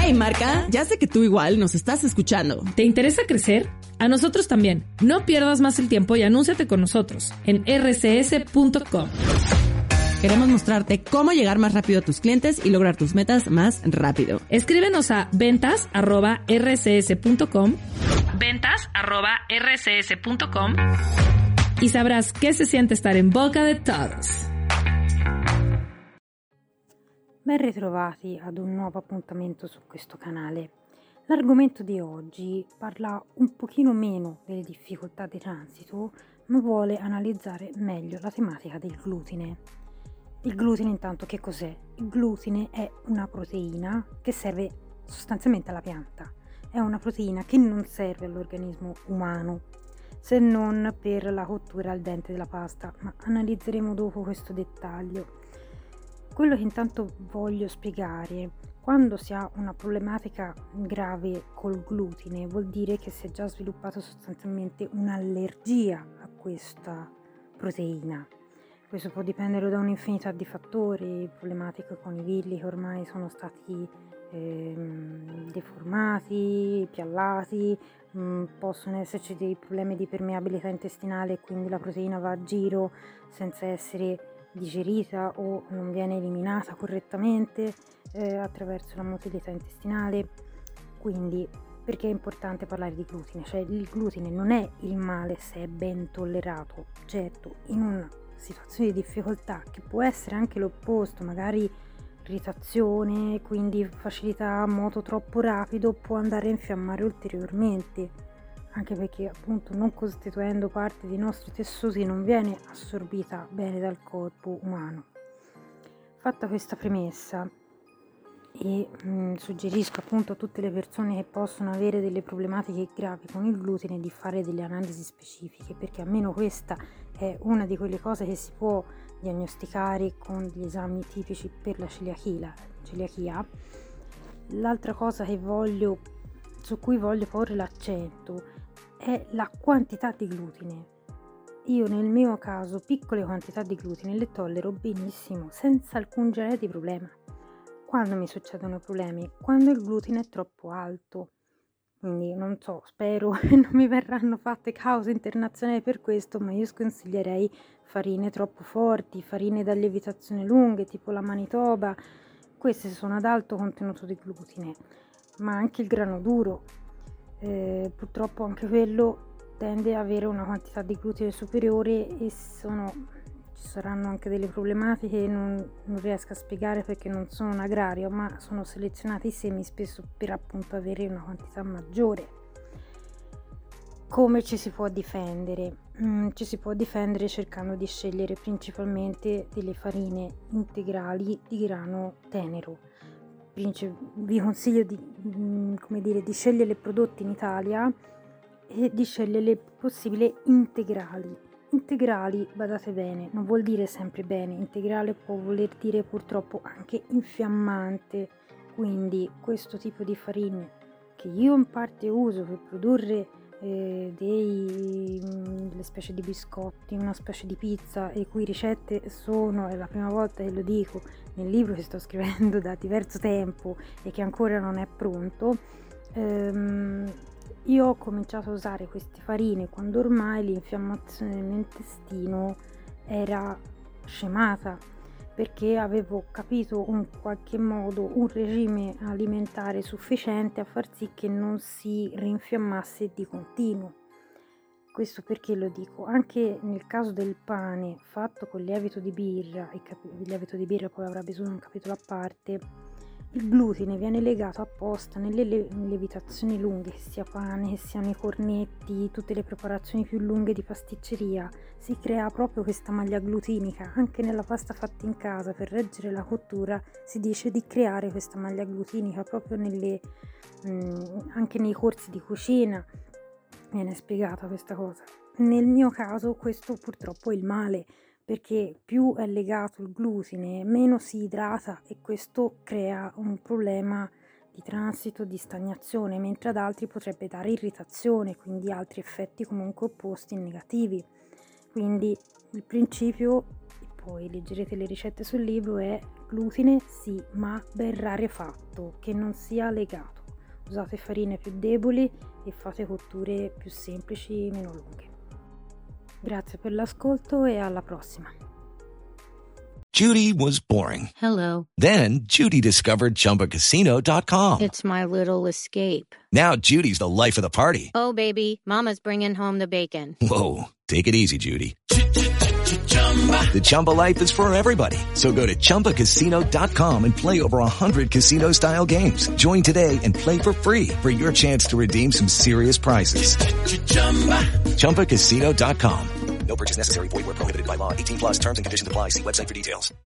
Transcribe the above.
Hey marca, ya sé que tú igual nos estás escuchando. ¿Te interesa crecer? A nosotros también. No pierdas más el tiempo y anúnciate con nosotros en rcs.com. Queremos mostrarte cómo llegar más rápido a tus clientes y lograr tus metas más rápido. Escríbenos a ventas@rcs.com, ventas@rcs.com y sabrás qué se siente estar in boca di todos. Ben ritrovati ad un nuovo appuntamento su questo canale. L'argomento di oggi parla un pochino meno delle difficoltà di transito, ma vuole analizzare meglio la tematica del glutine. Il glutine intanto che cos'è? Il glutine è una proteina che serve sostanzialmente alla pianta. È una proteina che non serve all'organismo umano, se non per la cottura al dente della pasta, ma analizzeremo dopo questo dettaglio. Quello che intanto voglio spiegare, quando si ha una problematica grave col glutine, vuol dire che si è già sviluppato sostanzialmente un'allergia a questa proteina. Questo può dipendere da un'infinità di fattori, problematiche con i villi che ormai sono stati deformati, piallati, possono esserci dei problemi di permeabilità intestinale e quindi la proteina va a giro senza essere digerita o non viene eliminata correttamente attraverso la motilità intestinale. Quindi perché è importante parlare di glutine? Cioè il glutine non è il male se è ben tollerato, certo in una situazione di difficoltà che può essere anche l'opposto, magari irritazione, quindi facilità moto troppo rapido, può andare a infiammare ulteriormente, anche perché appunto non costituendo parte dei nostri tessuti non viene assorbita bene dal corpo umano. Fatta questa premessa e suggerisco appunto a tutte le persone che possono avere delle problematiche gravi con il glutine di fare delle analisi specifiche, perché almeno questa è una di quelle cose che si può diagnosticare con gli esami tipici per la celiachia. L'altra cosa su cui voglio porre l'accento è la quantità di glutine. Io nel mio caso piccole quantità di glutine le tollero benissimo, senza alcun genere di problema. Quando mi succedono problemi? Quando il glutine è troppo alto. Quindi non so, spero che non mi verranno fatte cause internazionali per questo, ma io sconsiglierei farine troppo forti, farine da lievitazione lunghe, tipo la Manitoba. Queste sono ad alto contenuto di glutine, ma anche il grano duro. Purtroppo anche quello tende ad avere una quantità di glutine superiore e ci saranno anche delle problematiche che non riesco a spiegare perché non sono un agrario, ma sono selezionati i semi spesso per appunto avere una quantità maggiore. Come ci si può difendere? Ci si può difendere cercando di scegliere principalmente delle farine integrali di grano tenero. Vi consiglio di scegliere prodotti in Italia e di scegliere possibili integrali. Integrali, badate bene, non vuol dire sempre bene, integrale può voler dire purtroppo anche infiammante, quindi questo tipo di farine che io in parte uso per produrre delle specie di biscotti, una specie di pizza, le cui ricette sono, è la prima volta che lo dico, nel libro che sto scrivendo da diverso tempo e che ancora non è pronto. Io ho cominciato a usare queste farine quando ormai l'infiammazione del mio intestino era scemata, perché avevo capito in qualche modo un regime alimentare sufficiente a far sì che non si rinfiammasse di continuo. Questo perché lo dico? Anche nel caso del pane fatto con lievito di birra, il lievito di birra poi avrà bisogno di un capitolo a parte, il glutine viene legato apposta nelle lievitazioni lunghe, che sia pane, che siano i cornetti, tutte le preparazioni più lunghe di pasticceria. Si crea proprio questa maglia glutinica. Anche nella pasta fatta in casa, per reggere la cottura, si dice di creare questa maglia glutinica proprio anche nei corsi di cucina. Viene spiegata questa cosa. Nel mio caso questo purtroppo è il male, perché più è legato il glutine, meno si idrata e questo crea un problema di transito, di stagnazione, mentre ad altri potrebbe dare irritazione, quindi altri effetti comunque opposti e negativi. Quindi il principio, e poi leggerete le ricette sul libro, è glutine sì, ma ben rarefatto, che non sia legato. Usate farine più deboli e fate cotture più semplici, meno lunghe. Grazie per l'ascolto e alla prossima. Judy was boring. Hello. Then Judy discovered ChumbaCasino.com. It's my little escape. Now Judy's the life of the party. Oh, baby, mama's bringing home the bacon. Whoa, take it easy, Judy. The Chumba life is for everybody. So go to ChumbaCasino.com and play over 100 casino-style games. Join today and play for free for your chance to redeem some serious prizes. ChumbaCasino.com. No purchase necessary. Void where prohibited by law. 18+ terms and conditions apply. See website for details.